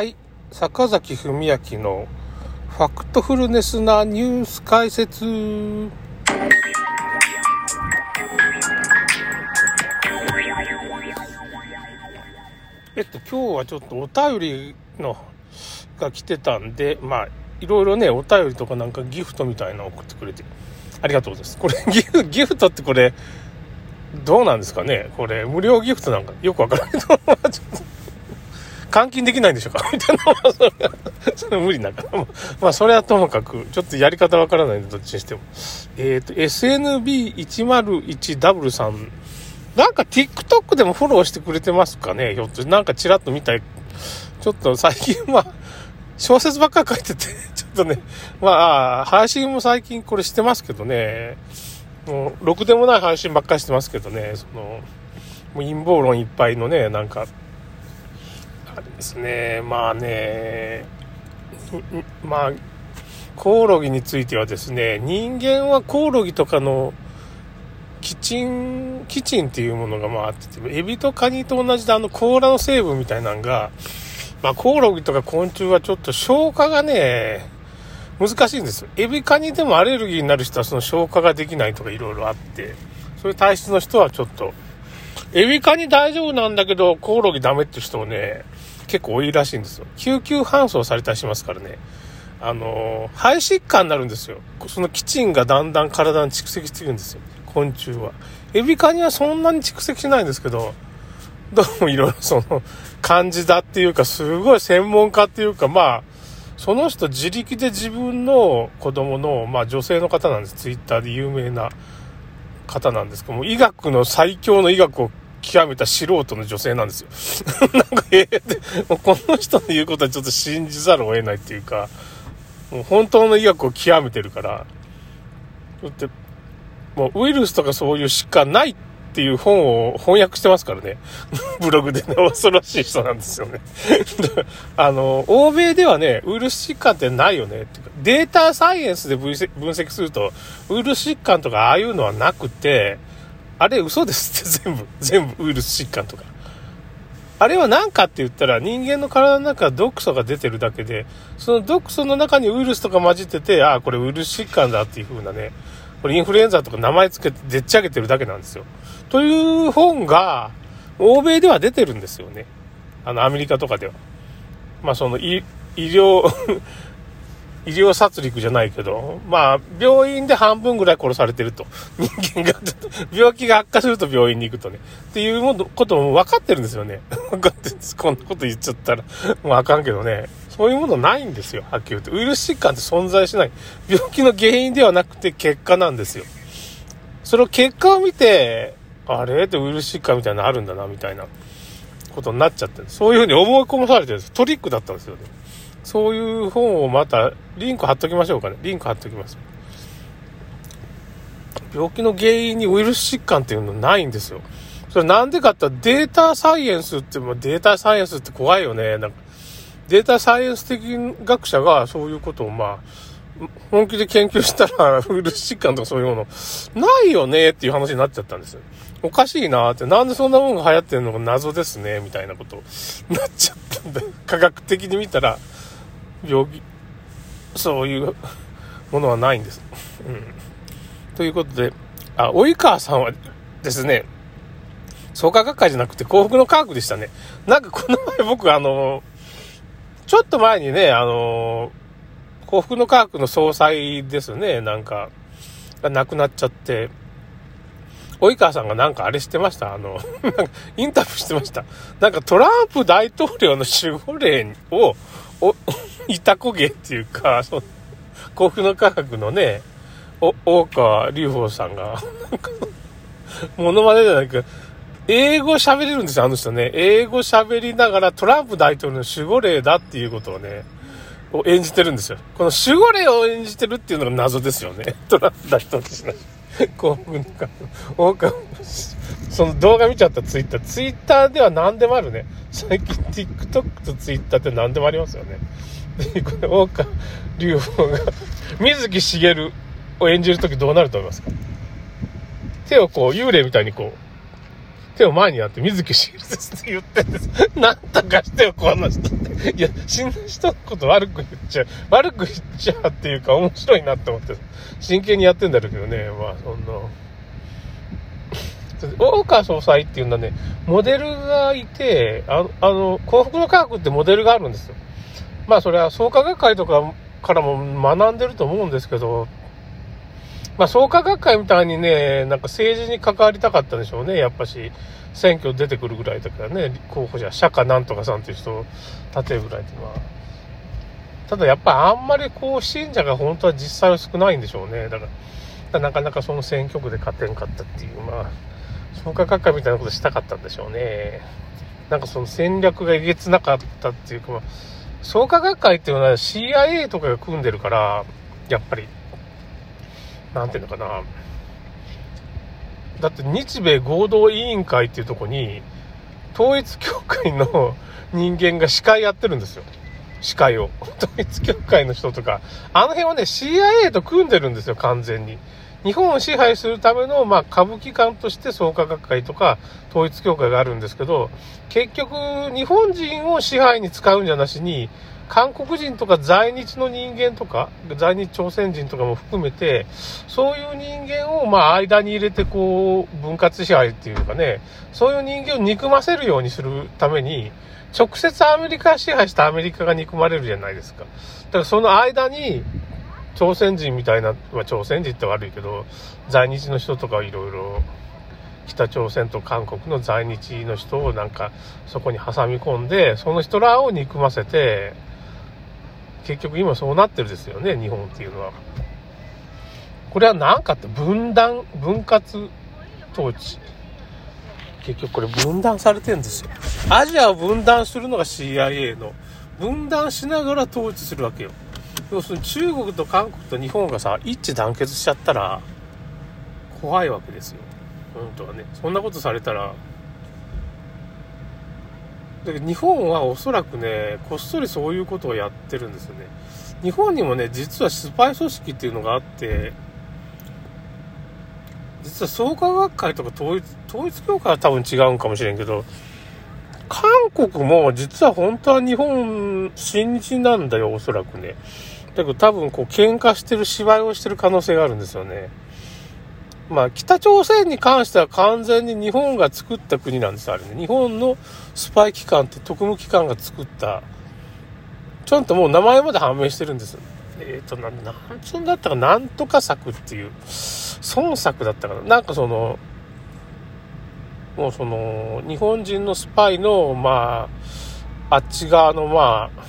はい、坂崎文明のファクトフルネスなニュース解説。今日はちょっとお便りのが来てたんで、いろいろね、お便りとかなんかギフトみたいなの送ってくれてありがとうございます。これギフトってこれどうなんですかね。これ無料ギフトなんかよくわからないとちょっと換金できないんでしょうかみたいなそれ無理なんかな。それはともかくちょっとやり方わからないんでどっちにしてもSNB101W さんなんか TikTok でもフォローしてくれてますかね。ひょっとなんかチラッと見たい。ちょっと最近小説ばっかり書いててちょっとね配信も最近これしてますけどね、もうろくでもない配信ばっかりしてますけどね、もう陰謀論いっぱいのね、なんかあれですね。コオロギについてはですね、人間はコオロギとかのキチンっていうものがあってて、エビとカニと同じで甲羅の成分みたいなのが、コオロギとか昆虫はちょっと消化がね難しいんですよ。エビカニでもアレルギーになる人はその消化ができないとかいろいろあって、そういう体質の人はちょっとエビカニ大丈夫なんだけどコオロギダメっていう人もね結構多いらしいんですよ。救急搬送されたりしますからね。肺疾患になるんですよ。そのキチンがだんだん体に蓄積していくんですよ、昆虫は。エビカニはそんなに蓄積しないんですけど、どうもいろいろその感じだっていうか、すごい専門家っていうか、その人自力で自分の子供の、女性の方なんです。ツイッターで有名な方なんですけども、医学の最強の医学を極めた素人の女性なんですよなんかもうこの人の言うことはちょっと信じざるを得ないっていうか、もう本当の医学を極めてるから、だってもうウイルスとかそういう疾患ないっていう本を翻訳してますからねブログでね。恐ろしい人なんですよね欧米ではねウイルス疾患ってないよねっていうか、データサイエンスで分析するとウイルス疾患とかああいうのはなくて、あれ嘘ですって、全部ウイルス疾患とか。あれは何かって言ったら人間の体の中毒素が出てるだけで、その毒素の中にウイルスとか混じってて、これウイルス疾患だっていう風なね、これインフルエンザとか名前つけてでっち上げてるだけなんですよ。という本が欧米では出てるんですよね。アメリカとかでは。その医療医療殺戮じゃないけど、病院で半分ぐらい殺されてると。人間が病気が悪化すると病院に行くとね。っていうことも分かってるんですよね。分かってるんです。こんなこと言っちゃったらもうあかんけどね。そういうものないんですよ。はっきり言って。ウイルス疾患って存在しない。病気の原因ではなくて結果なんですよ。その結果を見て、あれってウイルス疾患みたいなのあるんだな、みたいなことになっちゃってる。そういうふうに思い込まされてるんです。トリックだったんですよね。そういう本をまたリンク貼っときましょうかね。リンク貼っときます。病気の原因にウイルス疾患っていうのないんですよ。それなんでかってデータサイエンスって、データサイエンスって怖いよね。なんかデータサイエンス的学者がそういうことを本気で研究したらウイルス疾患とかそういうものないよねっていう話になっちゃったんですよ。おかしいなって、なんでそんなものが流行ってるのか謎ですねみたいなことになっちゃったんで、科学的に見たら病気そういうものはないんです、ということで、及川さんはですね、創価学会じゃなくて幸福の科学でしたね。なんかこの前僕ちょっと前にね幸福の科学の総裁ですね、なんかが亡くなっちゃって、及川さんがなんかあれしてました。なんかインタビューしてました。なんかトランプ大統領の守護霊をいたこ芸っていうか、幸福の科学のね大川隆法さんがなんかモノマネじゃないけど英語喋れるんですよ、あの人ね。英語喋りながらトランプ大統領の守護霊だっていうことをね演じてるんですよ。この守護霊を演じてるっていうのが謎ですよね。トランプ大統領ですね。幸福の科学大川、その動画見ちゃった。ツイッターでは何でもあるね。最近 TikTok とツイッターって何でもありますよね。でこれ大川隆法が水木しげるを演じるときどうなると思いますか？手をこう幽霊みたいにこう手を前にやって水木しげるですって言ってんです。なんとかしてよ、この人って。いや、死ぬ人のこと悪く言っちゃうっていうか面白いなって思って、真剣にやってんだろうけどね、まあ、そんな。大川総裁っていうのはね、モデルがいて、幸福の科学ってモデルがあるんですよ。まあそれは創価学会とかからも学んでると思うんですけど、まあ創価学会みたいにね、なんか政治に関わりたかったでしょうね、やっぱし。選挙出てくるぐらいだからね、候補者、釈迦なんとかさんという人を立てるぐらいっていうのは。ただやっぱあんまりこう信者が本当は実際は少ないんでしょうね。だからなかなかその選挙区で勝てんかったっていう、まあ、創価学会みたいなことしたかったんでしょうね。なんかその戦略がえげつなかったっていうか、まあ、創価学会っていうのは CIA とかが組んでるから、やっぱり、なんていうのかな。だって日米合同委員会っていうとこに、統一教会の人間が司会やってるんですよ。司会を。統一教会の人とか。あの辺はね、CIA と組んでるんですよ、完全に。日本を支配するための、まあ、下部機関として創価学会とか統一教会があるんですけど、結局、日本人を支配に使うんじゃなしに、韓国人とか在日の人間とか、在日朝鮮人とかも含めて、そういう人間を、まあ、間に入れて、こう、分割支配っていうかね、そういう人間を憎ませるようにするために、直接アメリカ支配したアメリカが憎まれるじゃないですか。だからその間に、朝鮮人みたいな、まあ、朝鮮人って悪いけど、在日の人とかいろいろ、北朝鮮と韓国の在日の人をなんかそこに挟み込んで、その人らを憎ませて、結局今そうなってるですよね、日本っていうのは。これは何かって分割統治。結局これ分断されてるんですよ。アジアを分断するのが CIA の。分断しながら統治するわけよ。要するに中国と韓国と日本がさ、一致団結しちゃったら怖いわけですよ。本当はね。そんなことされたら。で日本はおそらくね、こっそりそういうことをやってるんですよね。日本にもね、実はスパイ組織っていうのがあって、実は創価学会とか統一教会は多分違うんかもしれんけど、韓国も実は本当は日本親日なんだよ、おそらくね。だけど多分こう喧嘩してる芝居をしてる可能性があるんですよね。まあ北朝鮮に関しては完全に日本が作った国なんですよ、あれね。日本のスパイ機関って特務機関が作った、ちゃんともう名前まで判明してるんです。なんつうんだったか、なんとか作っていう、孫作だったかな。なんかその、もうその、日本人のスパイの、まあ、あっち側の、まあ、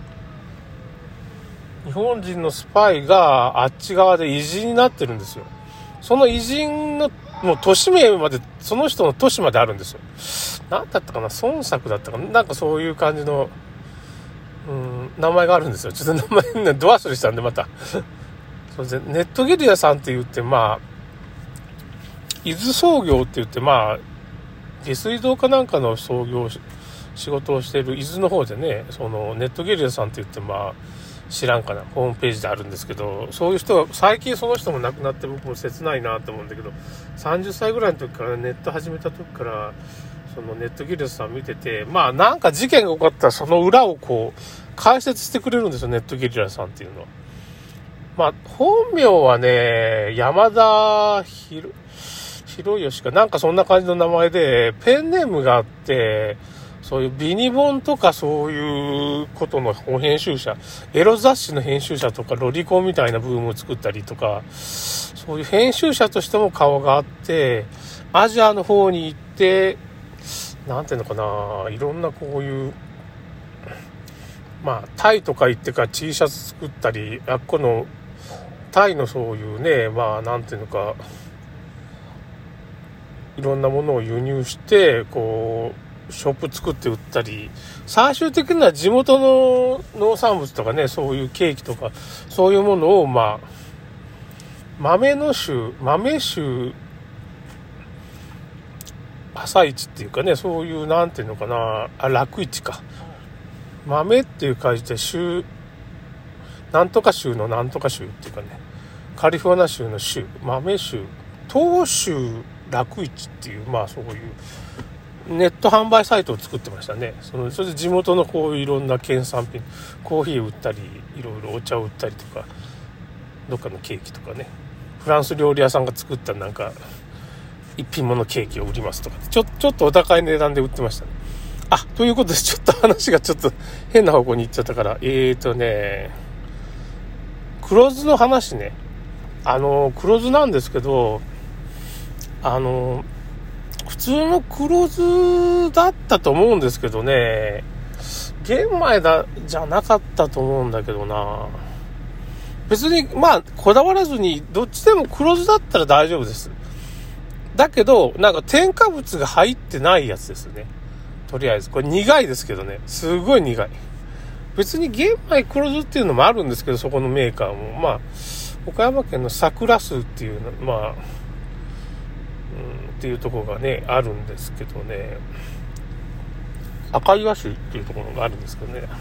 日本人のスパイがあっち側で偉人になってるんですよ。その偉人の、もう都市名まで、その人の都市まであるんですよ。なんだったかな、孫作だったかな。なんかそういう感じの、名前があるんですよ。ちょっと名前ね、ど忘れしたんで、また。そうですね、ネットゲリラさんって言って、まあ、伊豆創業って言って、まあ、下水道かなんかの創業、仕事をしている伊豆の方でね、そのネットゲリラさんって言って、まあ、知らんかな、ホームページであるんですけど、そういう人が、最近その人も亡くなって僕も切ないなと思うんだけど、30歳ぐらいの時からネット始めた時から、そのネットギルスさん見てて、まあなんか事件が起こったらその裏をこう解説してくれるんですよ、ネットギリラさんっていうのは。まあ本名はね、山田博義かなんかそんな感じの名前で、ペンネームがあって、そういうビニボンとかそういうことの編集者、エロ雑誌の編集者とかロリコンみたいなブームを作ったりとか、そういう編集者としても顔があって、アジアの方に行って、なんていうのかな、いろんなこういう、まあ、タイとか行ってから T シャツ作ったり、あっこの、タイのそういうね、まあ、なんていうのか、いろんなものを輸入して、こう、ショップ作って売ったり、最終的には地元の農産物とかね、そういうケーキとか、そういうものを、まあ、豆州、朝市っていうかね、そういうなんていうのかな、楽市か。豆っていう感じで州、なんとか州のなんとか州っていうかね、カリフォルニア州の州、豆州、東州楽市っていう、まあそういうネット販売サイトを作ってましたね。それで地元のこういういろんな県産品、コーヒー売ったり、いろいろお茶を売ったりとか、どっかのケーキとかね、フランス料理屋さんが作ったなんか一品物ケーキを売りますとか、ちょっとお高い値段で売ってましたね。ということで、ちょっと話がちょっと変な方向に行っちゃったから、黒酢の話ね。黒酢なんですけど、普通の黒酢だったと思うんですけどね、玄米じゃなかったと思うんだけどな。別に、まあ、こだわらずに、どっちでも黒酢だったら大丈夫です。だけど、なんか添加物が入ってないやつですね。とりあえず。これ苦いですけどね。すごい苦い。別に玄米黒酢っていうのもあるんですけど、そこのメーカーも。まあ、岡山県の桜酢っていうの、まあ、っていうところがね、あるんですけどね。赤岩市っていうところがあるんですけどね。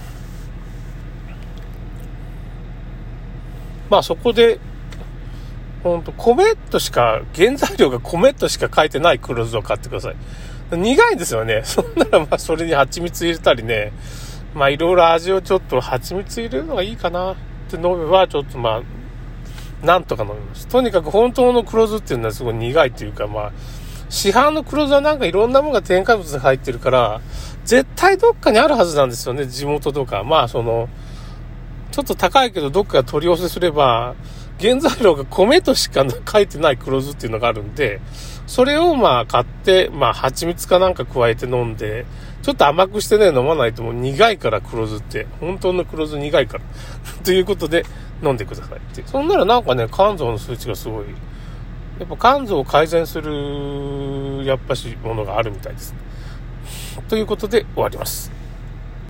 まあそこで、米としか、原材料が米としか書いてない黒酢を買ってください。苦いんですよね。そんならまあそれに蜂蜜入れたりね、まあいろいろ味をちょっと蜂蜜入れるのがいいかなって飲めばちょっとまあ、なんとか飲みます。とにかく本当の黒酢っていうのはすごい苦いっていうか、まあ、市販の黒酢はなんかいろんなものが添加物が入ってるから、絶対どっかにあるはずなんですよね、地元とか。まあちょっと高いけどどっかが取り寄せすれば、原材料が米としか書いてない黒酢っていうのがあるんで、それをまあ買って、まあ蜂蜜かなんか加えて飲んで、ちょっと甘くしてね、飲まないともう苦いから黒酢って、本当の黒酢苦いから。ということで飲んでくださいって。そんならなんかね、肝臓の数値がすごい、やっぱ肝臓を改善する、やっぱしものがあるみたいです。ということで終わります。